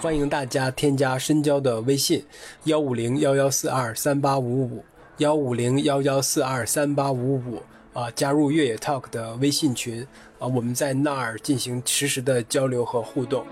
欢迎大家添加深交的微信15011423855，15011423855加入越野 Talk 的微信群我们在那儿进行实时的交流和互动。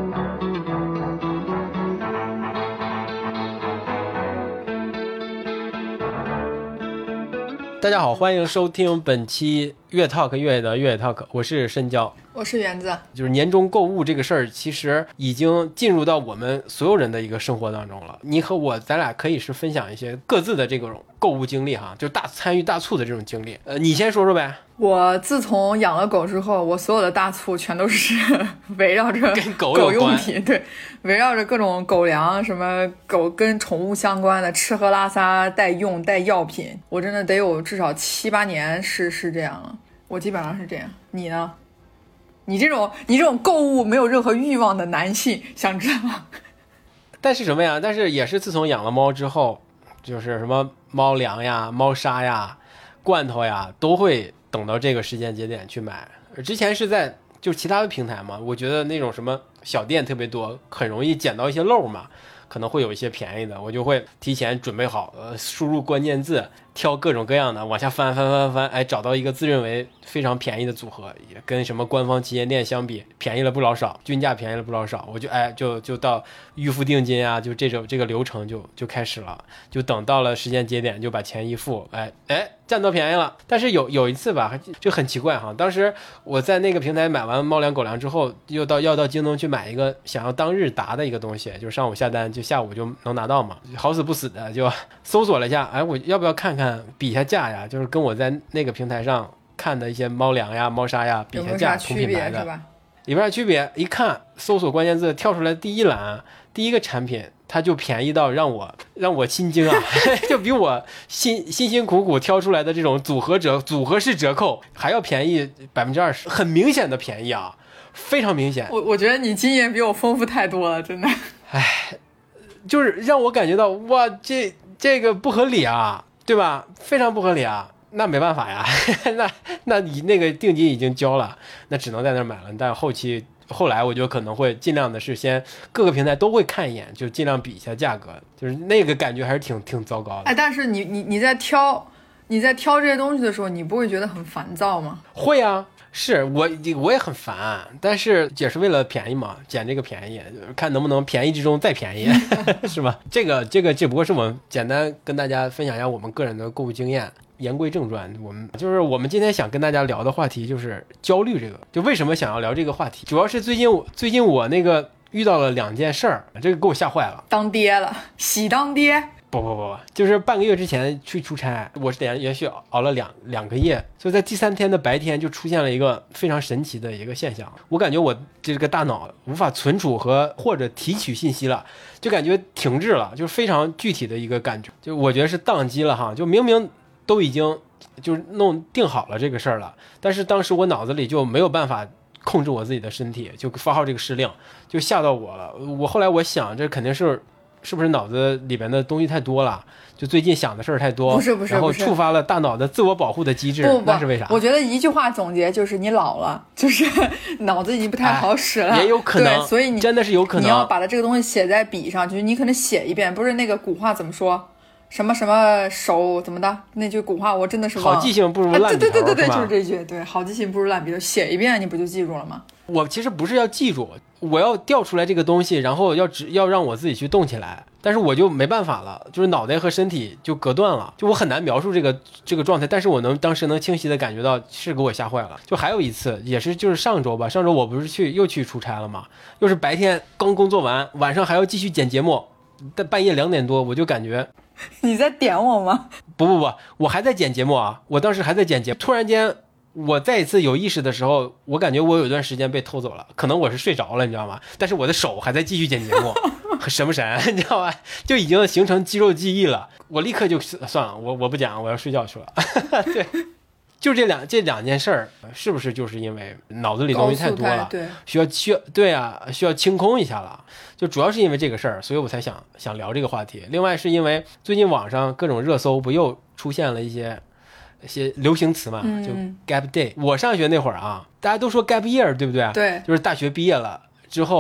大家好，欢迎收听本期越 Talk 越野的越野 Talk， 我是深交， 我是园子。 就是年终购物这个事儿，其实已经进入到我们所有人的一个生活当中了。你和我，咱俩可以是分享一些各自的这种购物经历哈，就是参与大促的这种经历。你先说说呗。 我自从养了狗之后，我所有的大促全都是围绕着跟狗用品，对，围绕着各种狗粮，什么狗跟宠物相关的吃喝拉撒带用带药品，我真的得有至少7、8年是这样了。我基本上是这样。你呢？你这种购物没有任何欲望的男性，想知道吗？ 但是什么呀？但是也是自从养了猫之后，就是什么猫粮呀、猫砂呀、罐头呀，都会等到这个时间节点去买。之前是在就其他的平台嘛，我觉得那种什么小店特别多，很容易捡到一些漏嘛，可能会有一些便宜的，我就会提前准备好，输入关键字，挑各种各样的，往下翻，哎，找到一个自认为非常便宜的组合，也跟什么官方旗舰店相比便宜了不老少，均价便宜了不老少，我就到预付定金啊，就这个流程就开始了，就等到了时间节点就把钱一付，哎，占到便宜了。但是有一次吧，就很奇怪哈，当时我在那个平台买完猫粮狗粮之后，要到京东去买一个想要当日达的一个东西，就是上午下单就下午就能拿到嘛，好死不死的就搜索了一下，哎，我要不要看看比一下价呀？就是跟我在那个平台上看的一些猫粮呀、猫砂呀比一下价，同品牌的有没有啥区别？一看搜索关键字跳出来第一栏第一个产品，它就便宜到让我心惊啊！就比我辛辛苦苦挑出来的这种组合式折扣还要便宜20%，很明显的便宜啊，非常明显。 我觉得你经验比我丰富太多了，真的。 哎，就是让我感觉到哇，这个不合理啊，对吧？非常不合理啊。那没办法呀，那你那个定金已经交了，那只能在那儿买了。但后来我就可能会尽量的是先各个平台都会看一眼，就尽量比一下价格，就是那个感觉还是挺糟糕的。 哎，但是你在挑这些东西的时候，你不会觉得很烦躁吗？ 会啊，是我也很烦，但是也是为了便宜嘛，捡这个便宜，看能不能便宜之中再便宜，是吧？这个只不过是我们简单跟大家分享一下我们个人的购物经验。言归正传，我们今天想跟大家聊的话题就是焦虑这个。就为什么想要聊这个话题，主要是最近我那个遇到了2件事儿，这个给我吓坏了， 当爹了，喜当爹。 不，就是半个月之前去出差，我是连续熬了两个夜，所以在第3天的白天就出现了一个非常神奇的一个现象，我感觉我这个大脑无法存储或者提取信息了，就感觉停滞了，就是非常具体的一个感觉，就我觉得是宕机了哈，就明明都已经就是定好了这个事儿了，但是当时我脑子里就没有办法控制我自己的身体，就发号这个施令，就吓到我了。后来我想，这肯定是不是脑子里边的东西太多了，就最近想的事儿太多， 不是， 然后触发了大脑的自我保护的机制。那是为啥？ 我觉得一句话总结就是你老了，就是脑子已经不太好使了， 也有可能。 对，所以真的是有可能， 你要把它这个东西写在笔上，就是你可能写一遍，不是那个古话怎么说？什么手怎么的那句古话我真的是忘了， 好记性不如烂笔头， 对，就是这句，对，好记性不如烂笔头，写一遍你不就记住了吗？ 我其实不是要记住，我要调出来这个东西，然后要让我自己去动起来，但是我就没办法了，就是脑袋和身体就隔断了，就我很难描述这个状态，但是我当时能清晰的感觉到是给我吓坏了。就还有一次也是就是上周我不是又去出差了嘛，又是白天刚工作完，晚上还要继续剪节目，但半夜2点多我就感觉你在点我吗？ 不，我还在剪节目啊！我当时还在剪节目，突然间我再一次有意识的时候，我感觉我有一段时间被偷走了，可能我是睡着了，你知道吗？但是我的手还在继续剪节目，神不神？你知道吧？就已经形成肌肉记忆了。我立刻就算了，我不讲，我要睡觉去了。对。就这两件事儿，是不是就是因为脑子里东西太多了， 对， 需要清空一下了？就主要是因为这个事儿，所以我才想聊这个话题。另外是因为最近网上各种热搜不又出现了一些流行词嘛，就 gap day。我上学那会儿啊，大家都说 gap year， 对不对？ 对， 就是大学毕业了之后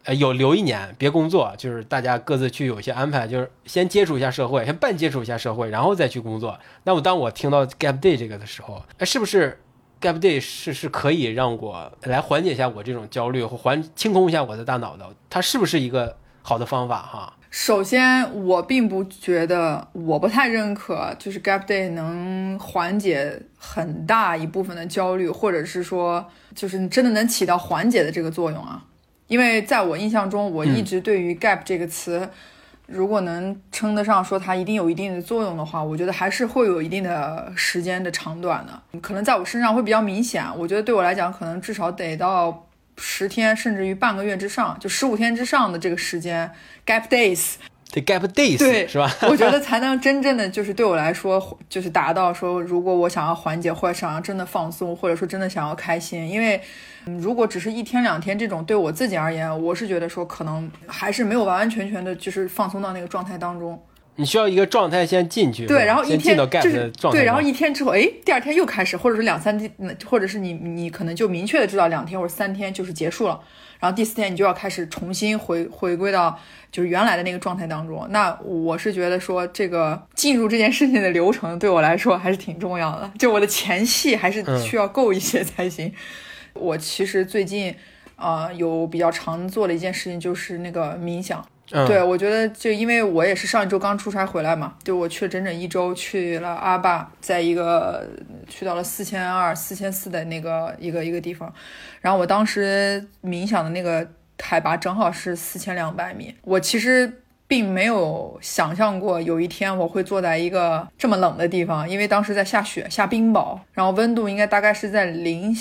有留一年别工作，就是大家各自去有一些安排，就是先接触一下社会，先半接触一下社会，然后再去工作。那当我听到 gap day 这个的时候，是不是 gap day 是可以让我来缓解一下我这种焦虑，或清空一下我的大脑的？它是不是一个好的方法哈？ 首先，我并不觉得，我不太认可，就是 gap day 能缓解很大一部分的焦虑，或者是说，就是真的能起到缓解的这个作用啊。因为在我印象中，我一直对于 gap 这个词，如果能称得上说它一定有一定的作用的话，我觉得还是会有一定的时间的长短的。可能在我身上会比较明显，我觉得对我来讲，可能至少得到10天，甚至于半个月之上，就15天之上的这个时间 gap days。 对 gap days 对是吧？ 我觉得才能真正的就是对我来说，就是达到说，如果我想要缓解，或者想要真的放松，或者说真的想要开心，因为如果只是1天2天这种，对我自己而言，我是觉得说可能还是没有完完全全的，就是放松到那个状态当中。 你需要一个状态先进去， 对，然后一天先进到 gap 的状态， 对，然后1天之后，第2天又开始，或者是2、3天，或者是你可能就明确的知道2天或者3天就是结束了，然后第4天你就要开始重新回归到就是原来的那个状态当中。那我是觉得说，这个进入这件事情的流程对我来说还是挺重要的，就我的前戏还是需要够一些才行。我其实最近有比较常做的一件事情就是那个冥想。对，我觉得就因为我也是上一周刚出差回来嘛，就我去了整整1周，去了阿坝，在去到了4200、4400的那个一个地方，然后我当时冥想的那个海拔正好是4200米，我其实并没有想象过有一天我会坐在一个这么冷的地方，因为当时在下雪，下冰雹，然后温度应该大概是在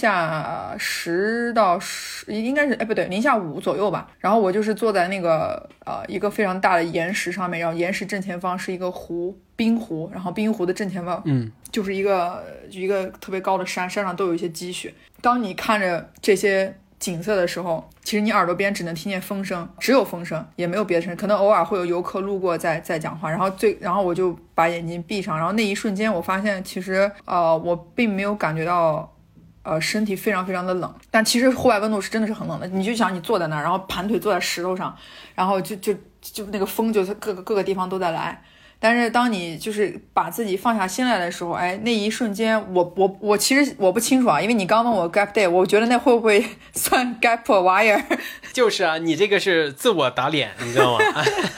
-10到10，应该是不对，-5左右吧。然后我就是坐在那个一个非常大的岩石上面，然后岩石正前方是一个湖，冰湖，然后冰湖的正前方就是一个特别高的山，山上都有一些积雪。当你看着这些景色的时候，其实你耳朵边只能听见风声，只有风声，也没有别的声，可能偶尔会有游客路过在讲话，然后我就把眼睛闭上，然后那一瞬间我发现其实我并没有感觉到身体非常非常的冷，但其实户外温度是真的是很冷的。你就想你坐在那儿，然后盘腿坐在石头上，然后就那个风就是各个地方都在来。但是当你就是把自己放下心来的时候，那一瞬间我其实我不清楚啊，因为你刚问我 gap day， 我觉得那会不会算 gap wire？ 就是啊，你这个是自我打脸，你知道吗？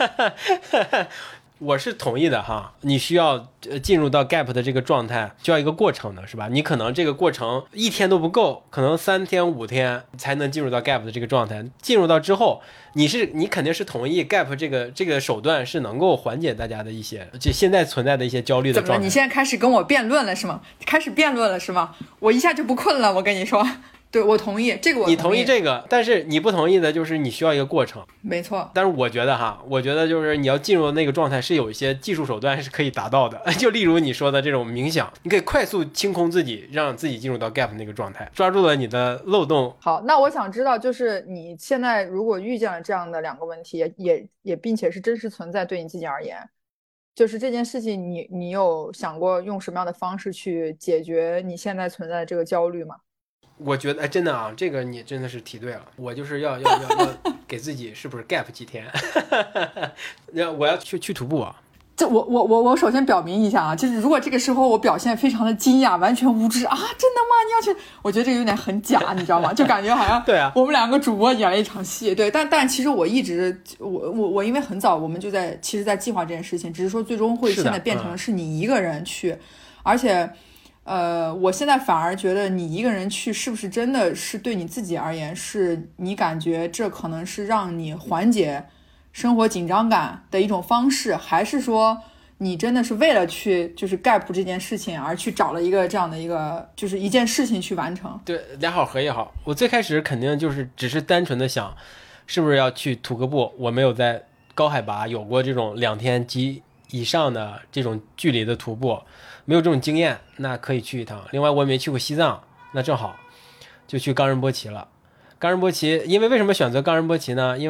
我是同意的哈，你需要进入到 gap 的这个状态，需要一个过程的，是吧？你可能这个过程1天都不够，可能3天5天才能进入到 gap 的这个状态。进入到之后，你肯定是同意 gap 这个手段是能够缓解大家的一些就现在存在的一些焦虑的状态。 怎么了？你现在开始跟我辩论了是吗？开始辩论了是吗？我一下就不困了，我跟你说。对，我同意这个， 你同意这个，但是你不同意的就是你需要一个过程。 没错。 但是我觉得就是你要进入那个状态是有一些技术手段是可以达到的，就例如你说的这种冥想，你可以快速清空自己，让自己进入到 gap 那个状态，抓住了你的漏洞。 好，那我想知道，就是你现在如果遇见了这样的2个问题，也并且是真实存在，对你自己而言，就是这件事情你有想过用什么样的方式去解决你现在存在的这个焦虑吗？ 我觉得真的啊，这个你真的是提对了。我就是要给自己是不是 gap 几天？我要去徒步啊。 这我首先表明一下啊，就是如果这个时候我表现非常的惊讶，完全无知啊，真的吗？你要去？我觉得这个有点很假，你知道吗？就感觉好像对啊， 我们2个主播演了一场戏。对，但其实我一直我因为很早我们就在计划这件事情，只是说最终会现在变成是你一个人去，而且。我现在反而觉得你一个人去是不是真的是对你自己而言，是你感觉这可能是让你缓解生活紧张感的一种方式，还是说你真的是为了去就是 gap 这件事情而去找了一个这样的一个就是一件事情去完成？ 对，俩好合一好。我最开始肯定就是只是单纯的想是不是要去徒个步，我没有在高海拔有过这种2天及以上的这种距离的徒步，没有这种经验，那可以去一趟。另外我也没去过西藏，那正好就去冈仁波齐了。冈仁波齐，因为为什么选择冈仁波齐呢？因为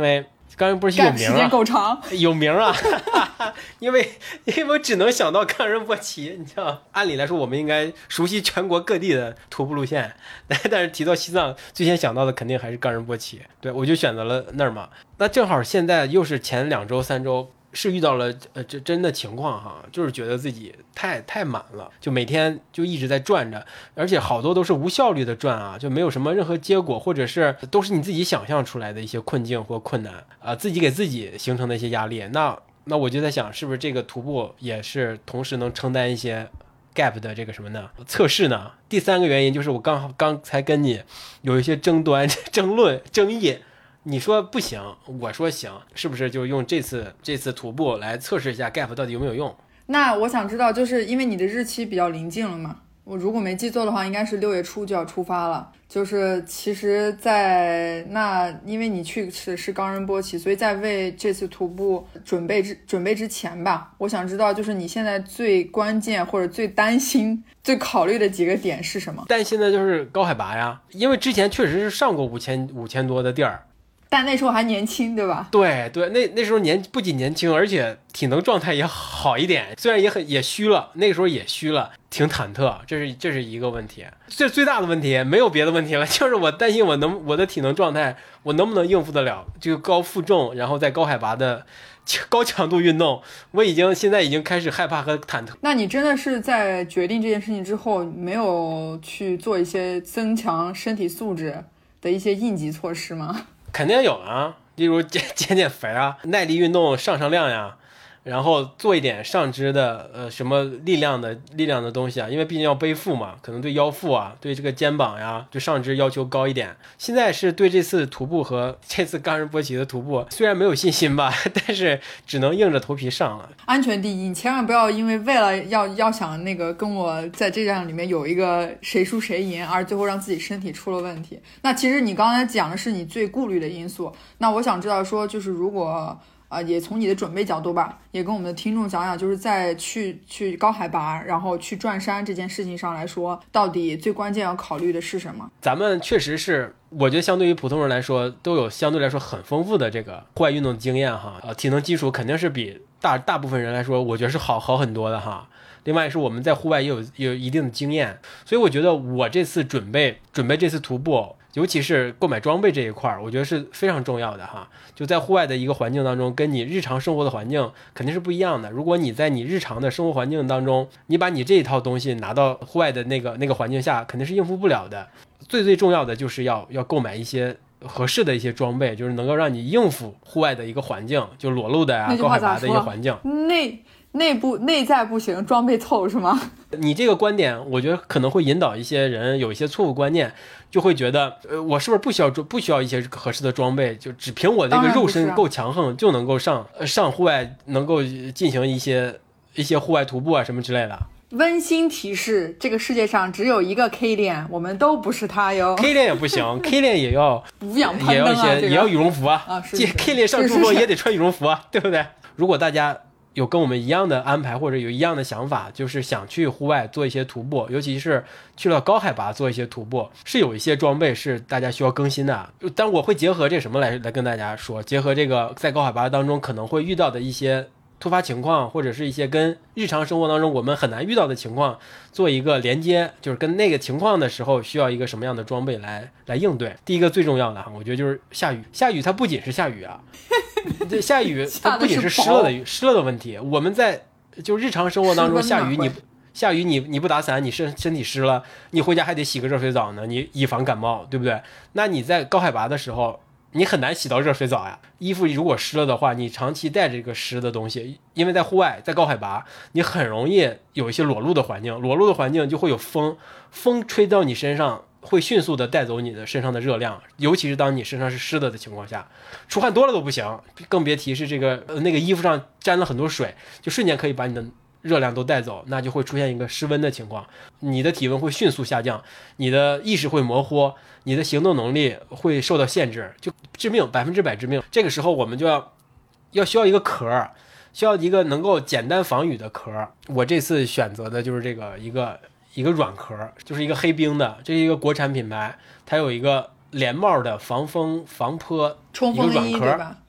冈仁波齐有名时间够长， 有名啊，因为我只能想到冈仁波齐，你知道，按理来说我们应该熟悉全国各地的徒步路线，但是提到西藏，最先想到的肯定还是冈仁波齐，对，我就选择了那儿嘛。那正好现在又是前2周3周。是遇到了这真的情况哈，就是觉得自己太满了，就每天就一直在转着，而且好多都是无效率的转啊，就没有什么任何结果，或者是都是你自己想象出来的一些困境或困难啊，自己给自己形成的一些压力。那我就在想，是不是这个徒步也是同时能承担一些 gap 的这个什么呢？测试呢？第3个原因就是我刚才跟你有一些争端、争论、争议。你说不行，我说行，是不是就用这次徒步来测试一下 gap 到底有没有用？ 那我想知道，就是因为你的日期比较临近了嘛，我如果没记错的话，应该是6月初就要出发了。就是其实在那，因为你去是冈仁波齐，所以在为这次徒步准备之前吧，我想知道就是你现在最关键或者最担心、最考虑的几个点是什么？ 担心的就是高海拔呀，因为之前确实是上过5000多的地儿。 但那时候还年轻，对吧？ 对，那时候不仅年轻，而且体能状态也好一点，虽然也虚了，那个时候也虚了，挺忐忑，这是一个问题。这最大的问题没有别的问题了，就是我担心我的体能状态，我能不能应付得了这个高负重，然后在高海拔的高强度运动，现在已经开始害怕和忐忑。 那你真的是在决定这件事情之后，没有去做一些增强身体素质的一些应急措施吗？ 肯定有啊，例如减肥啊，耐力运动上量呀，然后做一点上肢的什么力量的东西啊，因为毕竟要背负嘛，可能对腰腹啊，对这个肩膀呀，对上肢要求高一点。现在是对这次徒步和这次冈仁波齐的徒步虽然没有信心吧，但是只能硬着头皮上了。 安全第一，你千万不要因为为了要想那个跟我在这样里面有一个谁输谁赢，而最后让自己身体出了问题。那其实你刚才讲的是你最顾虑的因素，那我想知道说，就是如果也从你的准备角度吧，也跟我们的听众讲讲，就是在去高海拔，然后去转山这件事情上来说，到底最关键要考虑的是什么？咱们确实是，我觉得相对于普通人来说，都有相对来说很丰富的这个户外运动经验哈，体能基础肯定是比大部分人来说，我觉得是好很多的哈。另外是我们在户外也有一定的经验，所以我觉得我这次准备这次徒步，尤其是购买装备这一块，我觉得是非常重要的哈。就在户外的一个环境当中，跟你日常生活的环境肯定是不一样的。如果你在你日常的生活环境当中，你把你这一套东西拿到户外的那个环境下，肯定是应付不了的。最重要的就是要购买一些合适的一些装备，就是能够让你应付户外的一个环境，就裸露的呀、高海拔的一些环境。 内在不行，装备凑是吗？ 你这个观点，我觉得可能会引导一些人有一些错误观念，就会觉得，我是不是不需要一些合适的装备，就只凭我这个肉身够强横就能够上户外，能够进行一些户外徒步啊什么之类的。 温馨提示：这个世界上只有一个 K 链，我们都不是他哟。 K 链也不行，K 链也要补氧攀登啊， 也要羽绒服啊。K 链上珠峰也得穿羽绒服啊，对不对？如果大家有跟我们一样的安排或者有一样的想法，就是想去户外做一些徒步，尤其是去了高海拔做一些徒步，是有一些装备是大家需要更新的。但我会结合这什么来跟大家说，结合这个在高海拔当中可能会遇到的一些突发情况，或者是一些跟日常生活当中我们很难遇到的情况做一个连接，就是跟那个情况的时候需要一个什么样的装备来应对。第一个最重要的哈，我觉得就是下雨它不仅是下雨啊，这下雨它不仅是湿了的问题，我们在就日常生活当中下雨你不打伞，你身体湿了，你回家还得洗个热水澡呢，你以防感冒，对不对？那你在高海拔的时候你很难洗到热水澡呀，衣服如果湿了的话，你长期带着这个湿的东西，因为在户外，在高海拔，你很容易有一些裸露的环境就会有风吹到你身上，会迅速的带走你的身上的热量，尤其是当你身上是湿的情况下，出汗多了都不行，更别提是这个那个衣服上沾了很多水，就瞬间可以把你的热量都带走，那就会出现一个失温的情况，你的体温会迅速下降，你的意识会模糊，你的行动能力会受到限制，就致命，100%致命。这个时候我们就需要一个壳，需要一个能够简单防雨的壳。我这次选择的就是这个一个软壳，就是一个黑冰的，这是一个国产品牌，它有一个连帽的防风防泼冲锋衣，对吧？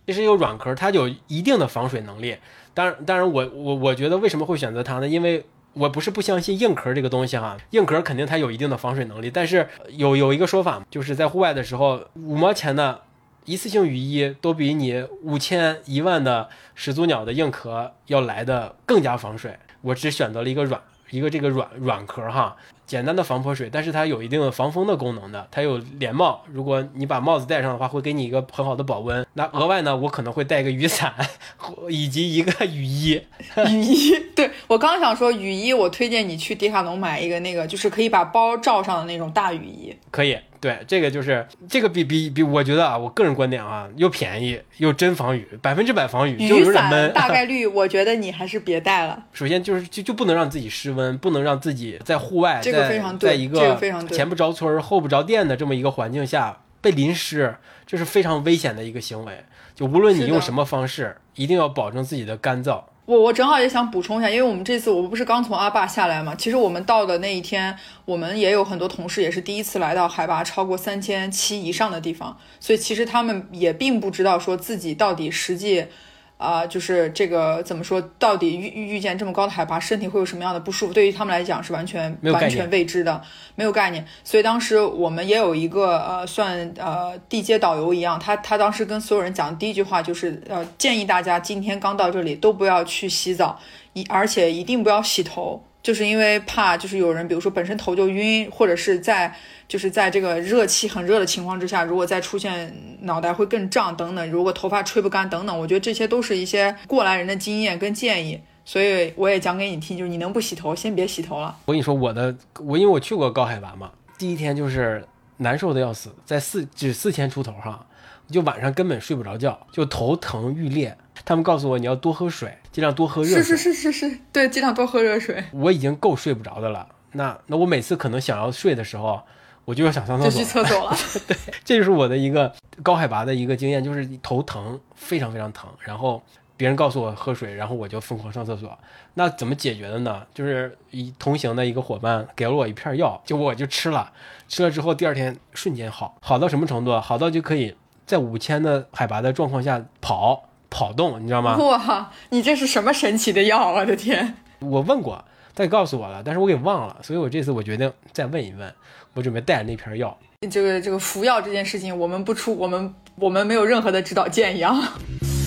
这是一个软壳，它有一定的防水能力。当然我觉得为什么会选择它呢？因为我不是不相信硬壳这个东西哈，硬壳肯定它有一定的防水能力，但是有一个说法，就是在户外的时候，5毛钱的一次性雨衣都比你5000、1万的始祖鸟的硬壳要来的更加防水。我只选择了一个这个软壳哈，简单的防泼水，但是它有一定的防风的功能的，它有连帽，如果你把帽子戴上的话，会给你一个很好的保温。那额外呢，我可能会带一个雨伞，以及一个雨衣。 雨衣，对，我刚想说雨衣，我推荐你去迪卡侬买一个那个，就是可以把包罩上的那种大雨衣。 可以，对，这个就是这个比我觉得啊，我个人观点啊，又便宜又真防雨，100%防雨，就有点闷。 大概率我觉得你还是别带了。 首先就不能让自己失温，不能让自己在户外， 这个非常对， 在一个前不着村后不着店的这么一个环境下被淋湿，这是非常危险的一个行为。就无论你用什么方式，一定要保证自己的干燥。 我正好也想补充一下，因为我们这次我不是刚从阿坝下来嘛，其实我们到的那一天，我们也有很多同事也是第一次来到海拔超过3700以上的地方，所以其实他们也并不知道说自己到底实际就是这个怎么说，到底遇见这么高的海拔，身体会有什么样的不舒服？对于他们来讲是完全未知的，没有概念。所以当时我们也有一个算地接导游一样，他当时跟所有人讲的第一句话就是建议大家今天刚到这里都不要去洗澡，而且一定不要洗头。就是因为怕就是有人比如说本身头就晕，或者是在这个热气很热的情况之下，如果再出现脑袋会更胀等等，如果头发吹不干等等，我觉得这些都是一些过来人的经验跟建议，所以我也讲给你听，就是你能不洗头先别洗头了。 我跟你说因为我去过高海拔嘛，第一天就是难受的要死，在4000出头哈，就晚上根本睡不着觉，就头疼欲裂。他们告诉我你要多喝水，尽量多喝热水。 是，对，尽量多喝热水。 我已经够睡不着的了，那我每次可能想要睡的时候，我就要想上厕所， 就去厕所了。 对，这就是我的一个高海拔的一个经验，就是头疼，非常非常疼。然后别人告诉我喝水，然后我就疯狂上厕所。那怎么解决的呢？就是同行的一个伙伴给了我一片药，我就吃了之后，第二天瞬间好到什么程度？好到就可以在5000的海拔的状况下跑动，你知道吗？ 哇，你这是什么神奇的药？我的天！ 我问过，他也告诉我了，但是我给忘了，所以我这次我决定再问一问，我准备带着那片药。 这个服药这件事情，我们没有任何的指导建议啊。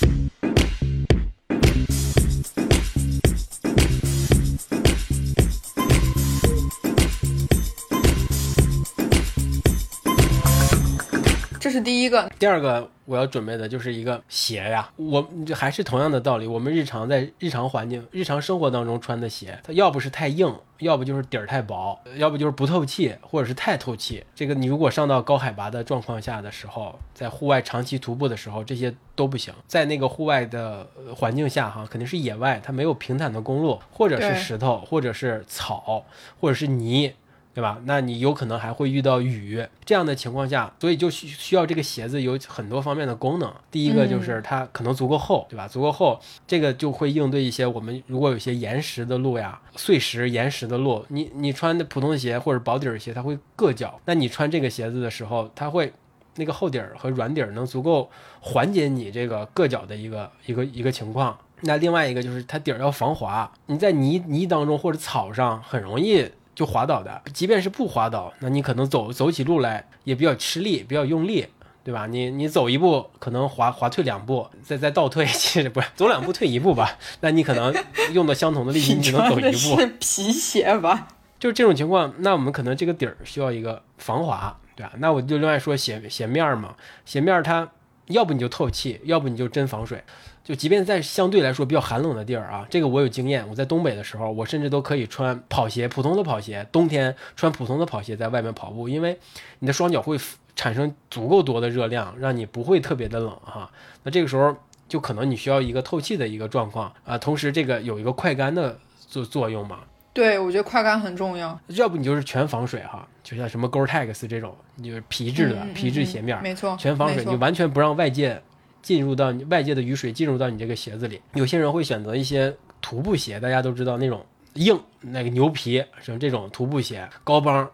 这是第一个。 第二个我要准备的就是一个鞋呀，我还是同样的道理，我们在日常环境、日常生活当中穿的鞋，它要不是太硬，要不就是底儿太薄，要不就是不透气，或者是太透气。这个你如果上到高海拔的状况下的时候，在户外长期徒步的时候，这些都不行。在那个户外的环境下哈，肯定是野外，它没有平坦的公路，或者是石头，或者是草，或者是泥，对吧？那你有可能还会遇到雨，这样的情况下，所以就需要这个鞋子有很多方面的功能。第一个就是它可能足够厚，对吧？足够厚，这个就会应对一些我们如果有些岩石的路呀、碎石、岩石的路，你穿的普通的鞋或者薄底儿鞋，它会硌脚。那你穿这个鞋子的时候，它会那个厚底儿和软底儿能足够缓解你这个硌脚的一个情况。那另外一个就是它底儿要防滑，你在泥当中或者草上很容易就滑倒的，即便是不滑倒，那你可能走起路来也比较吃力，比较用力，对吧？你走一步可能滑退2步，再倒退，其实不是走2步退1步吧？那你可能用到相同的力气，你只能走1步。 是皮鞋吧？ 就是这种情况，那我们可能这个底儿需要一个防滑，对吧？那我就另外说鞋面嘛，鞋面它要不你就透气，要不你就真防水。就即便在相对来说比较寒冷的地儿啊，这个我有经验。我在东北的时候，我甚至都可以穿跑鞋，普通的跑鞋，冬天穿普通的跑鞋在外面跑步，因为你的双脚会产生足够多的热量，让你不会特别的冷哈。那这个时候就可能你需要一个透气的一个状况啊，同时这个有一个快干的作用嘛。 对，我觉得快干很重要。 要不你就是全防水哈，就像什么 Gore-Tex 这种，就是皮质的皮质鞋面， 没错， 全防水，你完全不让外界的雨水进入到你这个鞋子里。有些人会选择一些徒步鞋，大家都知道那种硬那个牛皮什么这种徒步鞋，高帮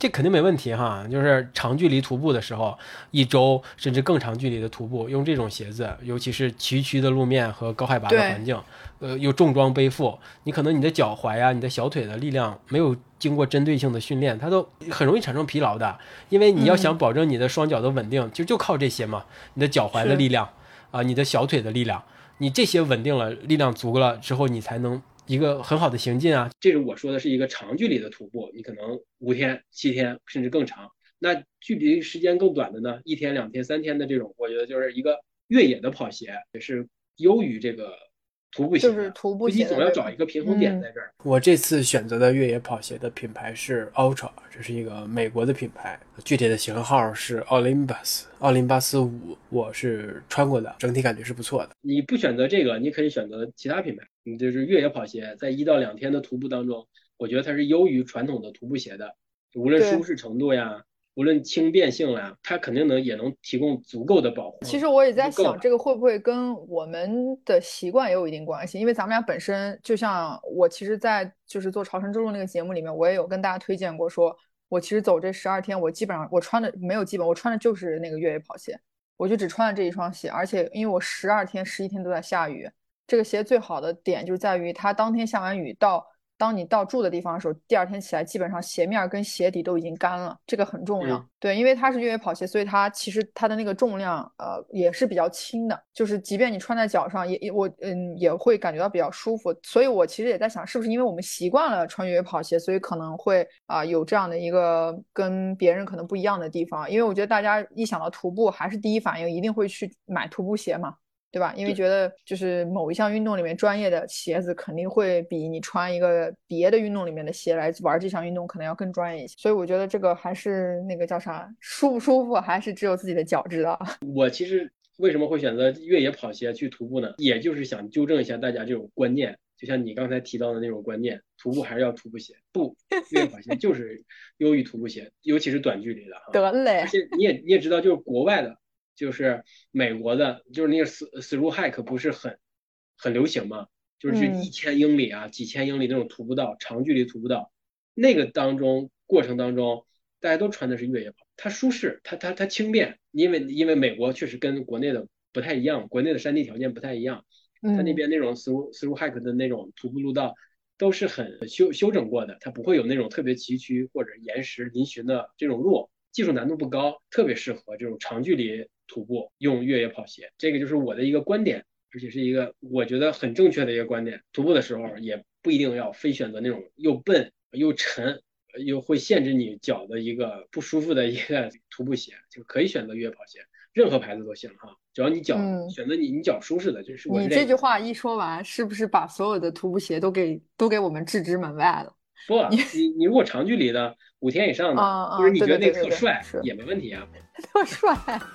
这肯定没问题哈，就是长距离徒步的时候，一周甚至更长距离的徒步，用这种鞋子，尤其是崎岖的路面和高海拔的环境，又重装背负，你可能你的脚踝呀、你的小腿的力量没有经过针对性的训练，它都很容易产生疲劳的。因为你要想保证你的双脚的稳定，就靠这些嘛，你的脚踝的力量啊、你的小腿的力量，你这些稳定了，力量足了之后，你才能一个很好的行进啊。这是我说的是一个长距离的徒步，你可能5天、7天甚至更长。那距离时间更短的呢，1天、2天、3天的这种，我觉得就是一个越野的跑鞋，也是优于这个徒步鞋的， 就是徒步鞋的， 你总要找一个平衡点在这儿。我这次选择的越野跑鞋的品牌是 Ultra， 这是一个美国的品牌，具体的型号是奥林巴斯5，我是穿过的，整体感觉是不错的。你不选择这个，你可以选择其他品牌。你就是越野跑鞋，在1到2天的徒步当中，我觉得它是优于传统的徒步鞋的，无论舒适程度呀，无论轻便性呀，它肯定也能提供足够的保护。 其实我也在想，这个会不会跟我们的习惯也有一定关系？因为咱们俩本身，就像我其实在就是做朝圣之路那个节目里面，我也有跟大家推荐过说，我其实走这12天，我基本上我穿的没有基本，我穿的就是那个越野跑鞋，我就只穿了这一双鞋，而且因为我12天、11天都在下雨，这个鞋最好的点就在于它当天下完雨当你到住的地方的时候，第2天起来基本上鞋面跟鞋底都已经干了，这个很重要。对，因为它是越野跑鞋，所以它其实它的那个重量也是比较轻的，就是即便你穿在脚上也会感觉到比较舒服。所以我其实也在想，是不是因为我们习惯了穿越野跑鞋，所以可能会有这样的一个跟别人可能不一样的地方。因为我觉得大家一想到徒步，还是第一反应一定会去买徒步鞋嘛。对吧？因为觉得就是某一项运动里面专业的鞋子肯定会比你穿一个别的运动里面的鞋来玩这项运动可能要更专业一些，所以我觉得这个还是那个叫啥，舒不舒服还是只有自己的脚知道。 我其实为什么会选择越野跑鞋去徒步呢？也就是想纠正一下大家这种观念，就像你刚才提到的那种观念，徒步还是要徒步鞋，不，越野跑鞋就是优于徒步鞋，尤其是短距离的。 得嘞， 而且你也知道，就是国外的。就是美国的，就是那个through hike 不是很流行嘛，就是1000英里啊、几千英里那种徒步道，长距离徒步道，那个过程当中，大家都穿的是越野跑，它舒适，它轻便，因为美国确实跟国内的不太一样，国内的山地条件不太一样，它那边那种 through hike 的那种徒步路道都是很修整过的，它不会有那种特别崎岖或者岩石嶙峋的这种路。技术难度不高，特别适合这种长距离徒步用越野跑鞋，这个就是我的一个观点，而且是一个我觉得很正确的一个观点。徒步的时候也不一定要非选择那种又笨又沉又会限制你脚的一个不舒服的一个徒步鞋，就可以选择越野跑鞋，任何牌子都行哈，只要你脚选择你脚舒适的，就是我你这句话一说完，是不是把所有的徒步鞋都给我们置之门外了？ 不，你如果长距离的5天以上的，或者你觉得那个特帅也没问题啊， 特帅。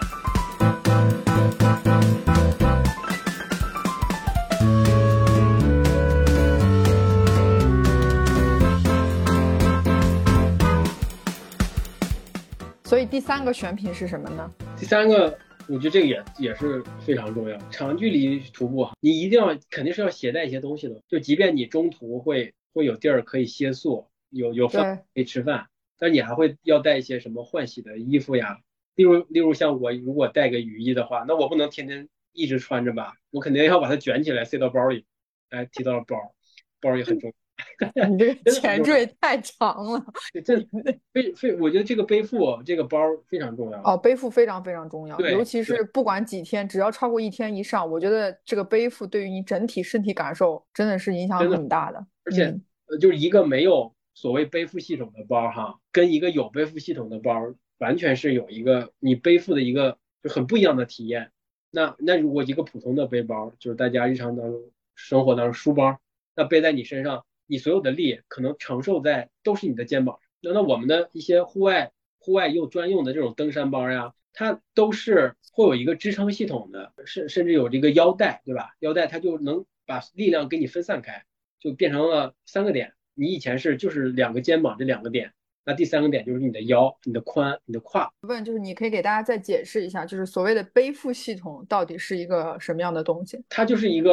所以第3个选品是什么呢？ 第3个，我觉得这个也是非常重要。长距离徒步，你一定肯定是要携带一些东西的，就即便你中途会有地儿可以歇宿，有饭可以吃饭，但你还会要带一些什么换洗的衣服呀。例如像我如果带个雨衣的话，那我不能天天一直穿着吧，我肯定要把它卷起来塞到包里。哎，提到了包也很重要。 你这个前缀太长了。 我觉得这个背负这个包非常重要。 哦，背负非常非常重要，尤其是不管几天，只要超过1天以上，我觉得这个背负对于你整体身体感受真的是影响很大的。 而且就是一个没有所谓背负系统的包哈，跟一个有背负系统的包完全是有一个你背负的一个就很不一样的体验。那如果一个普通的背包，就是大家日常当中生活当中书包，那背在你身上，你所有的力可能承受在都是你的肩膀。那我们的一些户外又专用的这种登山包呀，它都是会有一个支撑系统的，甚至有这个腰带，对吧？腰带它就能把力量给你分散开，就变成了3个点。你以前就是2个肩膀这2个点，那第3个点就是你的腰、你的髋、你的胯。 就是你可以给大家再解释一下，就是所谓的背负系统到底是一个什么样的东西？ 它就是一个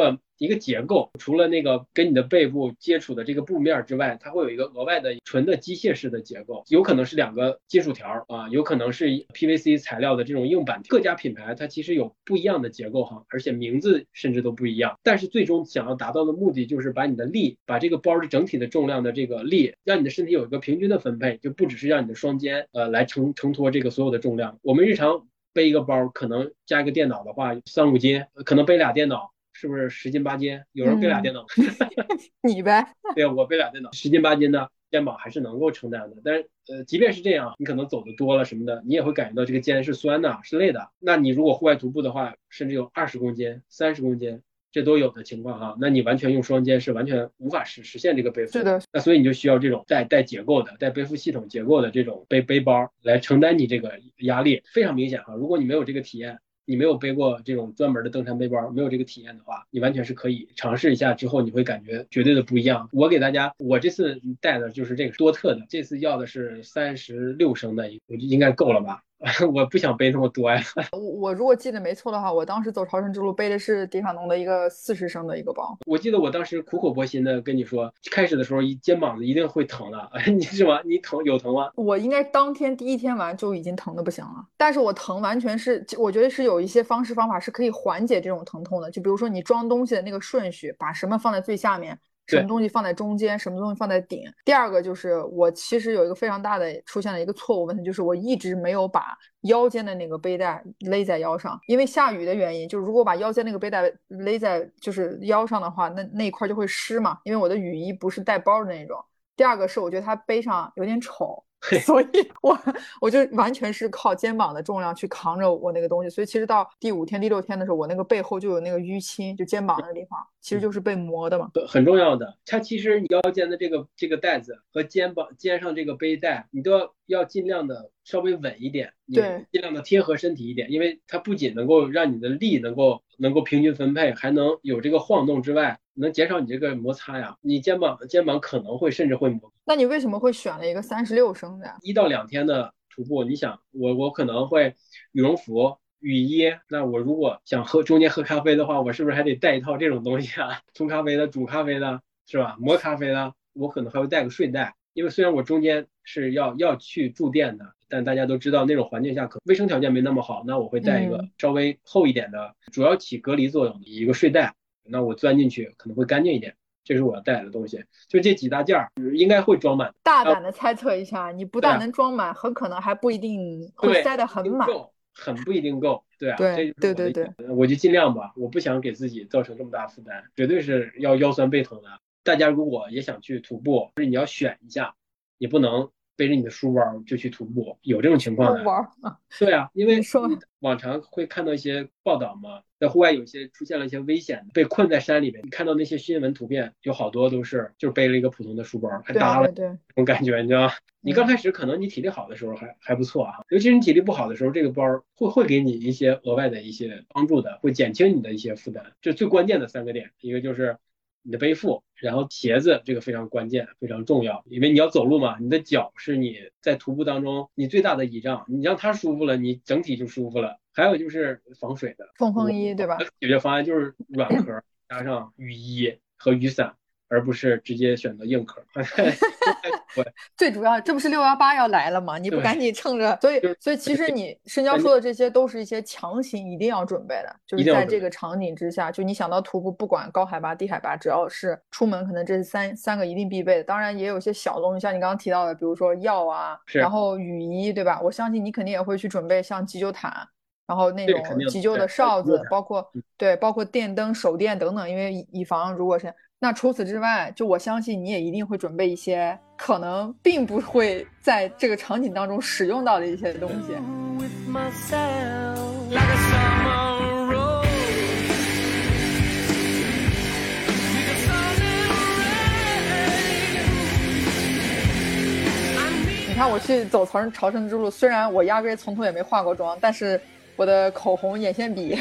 一个结构，除了那个跟你的背部接触的这个布面之外，它会有一个额外的纯的机械式的结构，有可能是2个金属条啊，有可能是 PVC 材料的这种硬板。各家品牌它其实有不一样的结构哈，而且名字甚至都不一样。但是最终想要达到的目的就是把你的力，把这个包的整体的重量的这个力，让你的身体有一个平均的分配，就不只是让你的双肩来承托这个所有的重量。我们日常背一个包，可能加一个电脑的话3、5斤，可能背俩电脑。是不是10斤8斤？有人背俩电脑， 你呗？ 对，我背俩电脑，10斤8斤的肩膀还是能够承担的。但是即便是这样，你可能走的多了什么的，你也会感觉到这个肩是酸的，是累的。那你如果户外徒步的话，甚至有20公斤、30公斤，这都有的情况哈。那你完全用双肩是完全无法实现这个背负。 是的。 那所以你就需要这种带结构的、带背负系统结构的这种背包来承担你这个压力，非常明显哈。如果你没有这个体验，你没有背过这种专门的登山背包，没有这个体验的话，你完全是可以尝试一下，之后你会感觉绝对的不一样。我给大家，我这次带的就是这个多特的，这次要的是36升的，我应该够了吧？我不想背那么多呀。 我如果记得没错的话，我当时走朝圣之路背的是迪卡侬的一个40升的一个包。 我记得我当时苦口婆心的跟你说，开始的时候肩膀子一定会疼的。你是吗？你有疼吗？ 我应该当天第1天完就已经疼的不行了，但是我疼完全是，我觉得是有一些方法是可以缓解这种疼痛的，就比如说你装东西的那个顺序，把什么放在最下面，什么东西放在中间，什么东西放在顶。第二个就是我其实有一个非常大的出现了一个错误问题，就是我一直没有把腰间的那个背带勒在腰上，因为下雨的原因，就如果把腰间那个背带勒在就是腰上的话，那一块就会湿嘛，因为我的雨衣不是带包的那种。第二个是我觉得它背上有点丑，所以我就完全是靠肩膀的重量去扛着我那个东西，所以其实到第5天第6天的时候，我那个背后就有那个淤青，就肩膀那个地方其实就是被磨的嘛。 很重要的，它其实你腰间的这个带子和肩上这个背带，你都要尽量的稍微稳一点，你尽量的贴合身体一点，因为它不仅能够让你的力能够平均分配，还能有这个晃动之外，能减少你这个摩擦呀。你肩膀可能会甚至会磨。 那你为什么会选了一个36升的呀 ？1到2天的徒步，你想我可能会羽绒服、雨衣，那我如果想中间喝咖啡的话，我是不是还得带一套这种东西啊？冲咖啡的、煮咖啡的，是吧？磨咖啡的，我可能还会带个睡袋，因为虽然我中间是要去住店的，但大家都知道那种环境下可能卫生条件没那么好，那我会带一个稍微厚一点的，主要起隔离作用的一个睡袋，那我钻进去可能会干净一点。这是我要带的东西，就这几大件儿，应该会装满。 大胆的猜测一下，你不但能装满，很可能还不一定会塞得很满， 很不一定够。对啊， 对， 我就尽量吧，我不想给自己造成这么大负担，绝对是要腰酸背疼的。大家如果也想去徒步，你要选一下，你不能背着你的书包就去徒步，有这种情况的。对啊，因为往常会看到一些报道嘛，在户外有些出现了一些危险，被困在山里面。你看到那些新闻图片，有好多都是就是背了一个普通的书包，还搭了这种感觉，你知道吗？你刚开始可能你体力好的时候还不错啊，尤其是你体力不好的时候，这个包会给你一些额外的一些帮助的，会减轻你的一些负担。这最关键的3个点，一个就是你的背负，然后鞋子这个非常关键，非常重要，因为你要走路嘛，你的脚是你在徒步当中你最大的倚仗，你让它舒服了，你整体就舒服了。还有就是防水的冲锋衣，对吧？ 解决方案就是软壳加上雨衣和雨伞，而不是直接选择硬壳。 最主要，这不是618要来了吗？你不赶紧趁着，所以其实你申教说的这些都是一些强行一定要准备的，就是在这个场景之下，就你想到徒步，不管高海拔低海拔，只要是出门，可能这是三个一定必备的。当然也有一些小东西，像你刚刚提到的，比如说药啊，然后雨衣，对吧？我相信你肯定也会去准备像急救毯。然后那种急救的哨子，包括电灯、手电等等，因为以防如果是那除此之外，就我相信你也一定会准备一些可能并不会在这个场景当中使用到的一些东西。你看我去走朝圣之路，虽然我压根从头也没化过妆，但是我的口红、眼线笔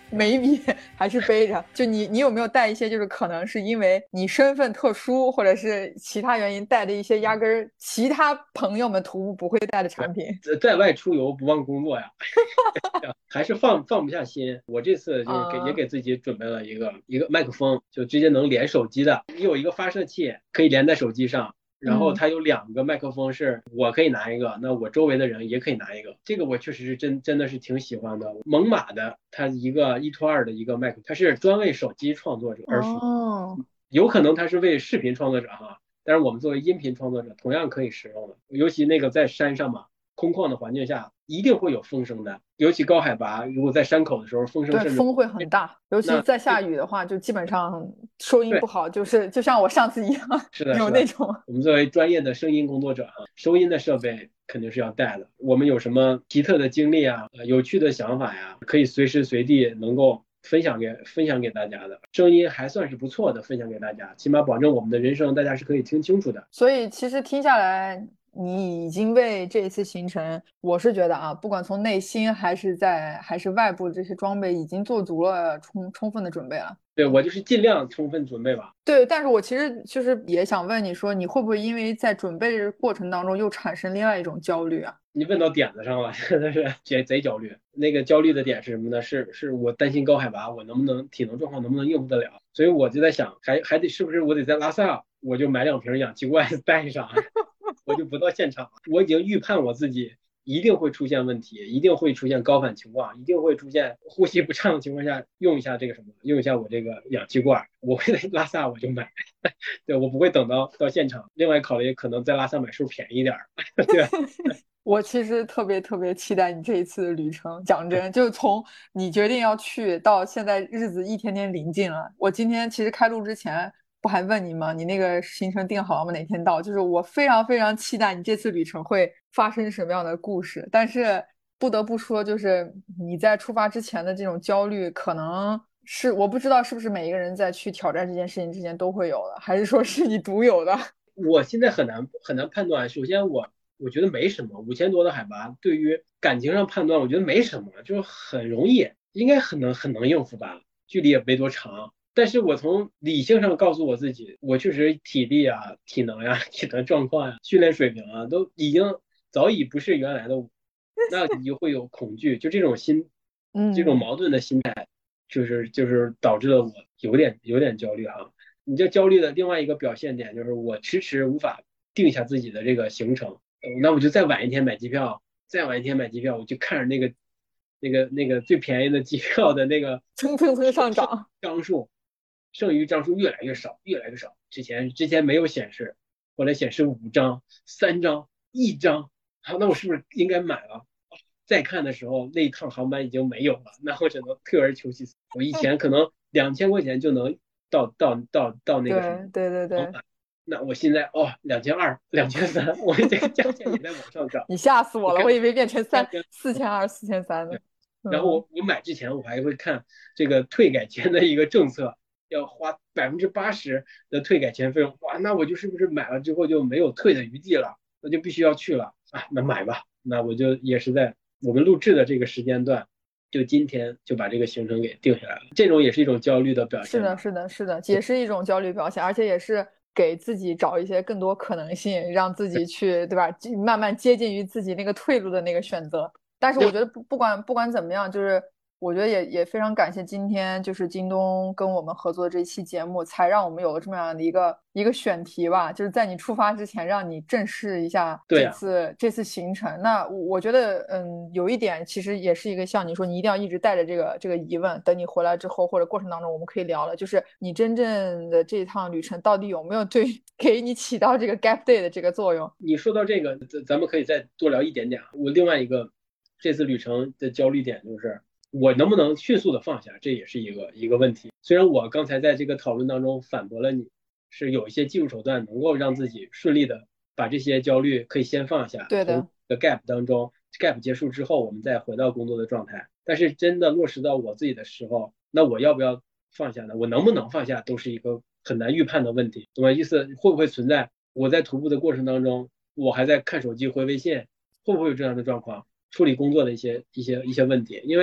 眉笔还是背着？就你有没有带一些，就是可能是因为你身份特殊，或者是其他原因带的一些压根儿其他朋友们徒步不会带的产品？ 在外出游不忘工作呀，还是放不下心。我这次就是也给自己准备了一个麦克风，就直接能连手机的。你有一个发射器可以连在手机上，然后它有2个麦克风，是我可以拿一个，那我周围的人也可以拿一个。这个我确实是真的是挺喜欢的。猛犸的它一个1+2的一个麦克，它是专为手机创作者而服务，有可能它是为视频创作者哈。但是我们作为音频创作者，同样可以使用的。尤其那个在山上嘛，空旷的环境下，一定会有风声的。尤其高海拔，如果在山口的时候，风声对， 甚至风会很大，尤其在下雨的话，就基本上收音不好，就是就像我上次一样， 是的， 有那种。 我们作为专业的声音工作者啊，收音的设备肯定是要带的。我们有什么奇特的经历啊，有趣的想法呀，可以随时随地能够分享给大家的。声音还算是不错的，分享给大家，起码保证我们的人声大家是可以听清楚的。 所以其实听下来，你已经为这一次行程，我是觉得啊，不管从内心还是外部这些装备，已经做足了充分的准备了。 对，我就是尽量充分准备吧。 对，但是我其实就是也想问你说，你会不会因为在准备的过程当中又产生另外一种焦虑啊？ 你问到点子上了，真的是贼焦虑。那个焦虑的点是什么呢？是我担心高海拔，我能不能体能状况能不能应付得了？所以我就在想，还得是不是我得在拉萨，我就买2瓶氧气罐带上，我就不到现场了。我已经预判我自己一定会出现问题，一定会出现高反情况，一定会出现呼吸不畅的情况下，用一下我这个氧气罐。我会在拉萨我就买，对，我不会等到现场。另外考虑可能在拉萨买是不是便宜点儿，对。 我其实特别特别期待你这一次的旅程。讲真，就从你决定要去到现在，日子一天天临近了。我今天其实开录之前不还问你吗？你那个行程定好了吗？哪天到？就是我非常非常期待你这次旅程会发生什么样的故事。但是不得不说，就是你在出发之前的这种焦虑，可能是我不知道是不是每一个人在去挑战这件事情之前都会有的，还是说是你独有的？ 我现在很难判断。首先我觉得没什么，5000多的海拔，对于感情上判断，我觉得没什么，就是很容易，应该很能应付吧，距离也没多长。但是我从理性上告诉我自己，我确实体力啊、体能呀、体能状况呀、训练水平啊，都已经早已不是原来的我，那你就会有恐惧，就这种矛盾的心态，就是导致了我有点焦虑哈。你这焦虑的另外一个表现点就是我迟迟无法定下自己的这个行程，那我就再晚一天买机票，再晚一天买机票，我就看着那个最便宜的机票的那个蹭蹭蹭上涨。 张数，剩余张数越来越少，越来越少。之前没有显示，后来显示5张、3张、1张，好，那我是不是应该买了？再看的时候，那一趟航班已经没有了，那我只能退而求其次。我以前可能2000块钱就能到那个什么， 对， 那我现在2200、2300，我这个价钱也在往上涨。 你吓死我了，我以为变成看 4200、4300呢。 然后我买之前我还会看这个退改签的一个政策，要花80%的退改签费用，哇，那我就是不是买了之后就没有退的余地了，那就必须要去了啊，那买吧。那我就也是在我们录制的这个时间段，就今天就把这个行程给定下来了。这种也是一种焦虑的表现。 是的，也是一种焦虑表现，而且也是给自己找一些更多可能性，让自己去，对吧？慢慢接近于自己那个退路的那个选择。但是我觉得不管怎么样，就是我觉得也非常感谢今天就是京东跟我们合作的这一期节目，才让我们有了这么样的一个选题吧，就是在你出发之前，让你正视一下这次行程。那我觉得，有一点其实也是一个像你说，你一定要一直带着这个疑问，等你回来之后或者过程当中，我们可以聊了，就是你真正的这一趟旅程到底有没有给你起到这个 gap day 的这个作用？ 你说到这个，咱们可以再多聊一点点。我另外一个这次旅程的焦虑点就是我能不能迅速的放下，这也是一个问题。虽然我刚才在这个讨论当中反驳了你，是有一些技术手段能够让自己顺利的把这些焦虑可以先放下， 对的， 从 gap 当中 gap 结束之后，我们再回到工作的状态。但是真的落实到我自己的时候，那我要不要放下呢？我能不能放下，都是一个很难预判的问题。懂我意思？会不会存在我在徒步的过程当中，我还在看手机回微信，会不会有这样的状况？处理工作的一些问题，因为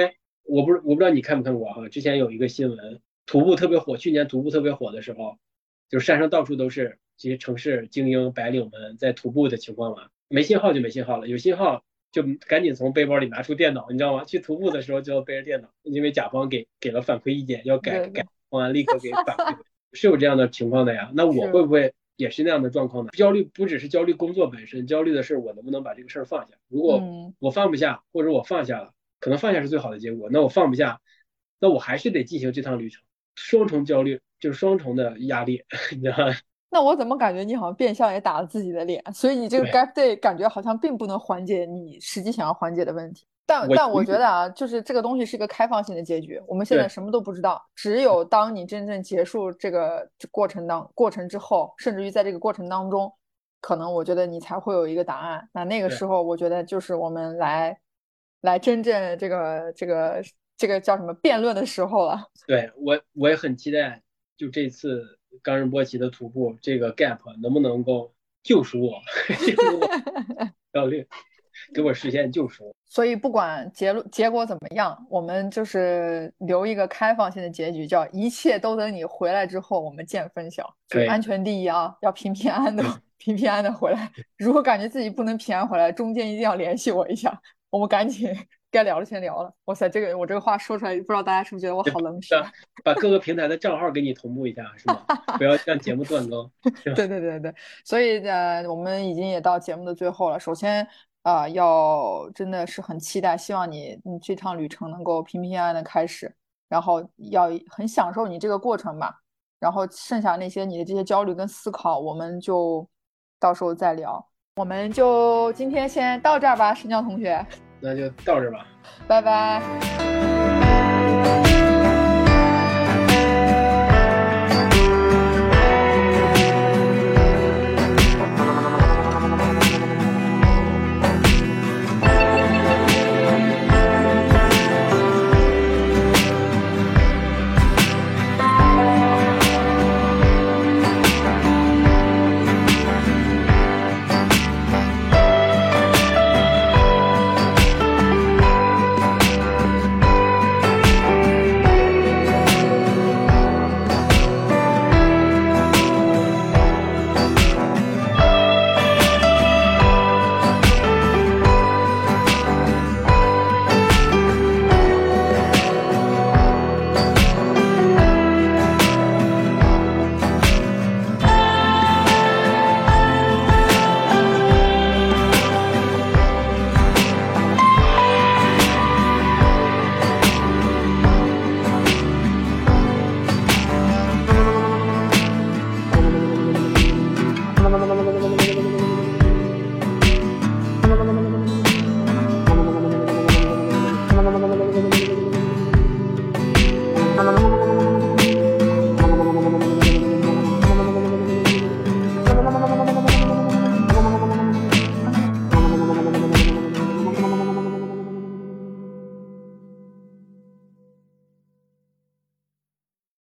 我不知道你看没看过哈，之前有一个新闻，徒步特别火，去年徒步特别火的时候，就是山上到处都是这些城市精英白领们在徒步的情况嘛，没信号就没信号了，有信号就赶紧从背包里拿出电脑，你知道吗？去徒步的时候就要背着电脑，因为甲方给了反馈意见，要改方案，立刻给反馈，是有这样的情况的呀。那我会不会也是那样的状况呢？焦虑不只是焦虑工作本身，焦虑的是我能不能把这个事儿放下。如果我放不下，或者我放下了，可能放下是最好的结果。那我放不下，那我还是得进行这趟旅程，双重焦虑就是双重的压力，你知道吗？ 那我怎么感觉你好像变相也打了自己的脸？所以你这个 gap day 感觉好像并不能缓解你实际想要缓解的问题。但我觉得啊，就是这个东西是个开放性的结局。我们现在什么都不知道，只有当你真正结束这个过程之后，甚至于在这个过程当中，可能我觉得你才会有一个答案。那个时候，我觉得就是我们来真正这个叫什么辩论的时候了。 对，我也很期待，就这次冈仁波齐的徒步，这个 gap 能不能够救赎我，救赎我焦虑，给我实现救赎。 所以不管结果怎么样，我们就是留一个开放性的结局，叫一切都等你回来之后我们见分晓。就是安全第一啊，要平平安安的平平安安的回来。如果感觉自己不能平安回来，中间一定要联系我一下，我们赶紧该聊的先聊了。哇塞，我这个话说出来，不知道大家是不是觉得我好冷血？ 把各个平台的账号给你同步一下，是吗？不要让节目断更。 对，所以我们已经也到节目的最后了。首先要真的是很期待，希望你这趟旅程能够平平安安的开始，然后要很享受你这个过程吧。然后剩下那些你的这些焦虑跟思考，我们就到时候再聊。我们就今天先到这儿吧，申江同学。 那就到这儿吧， 拜拜。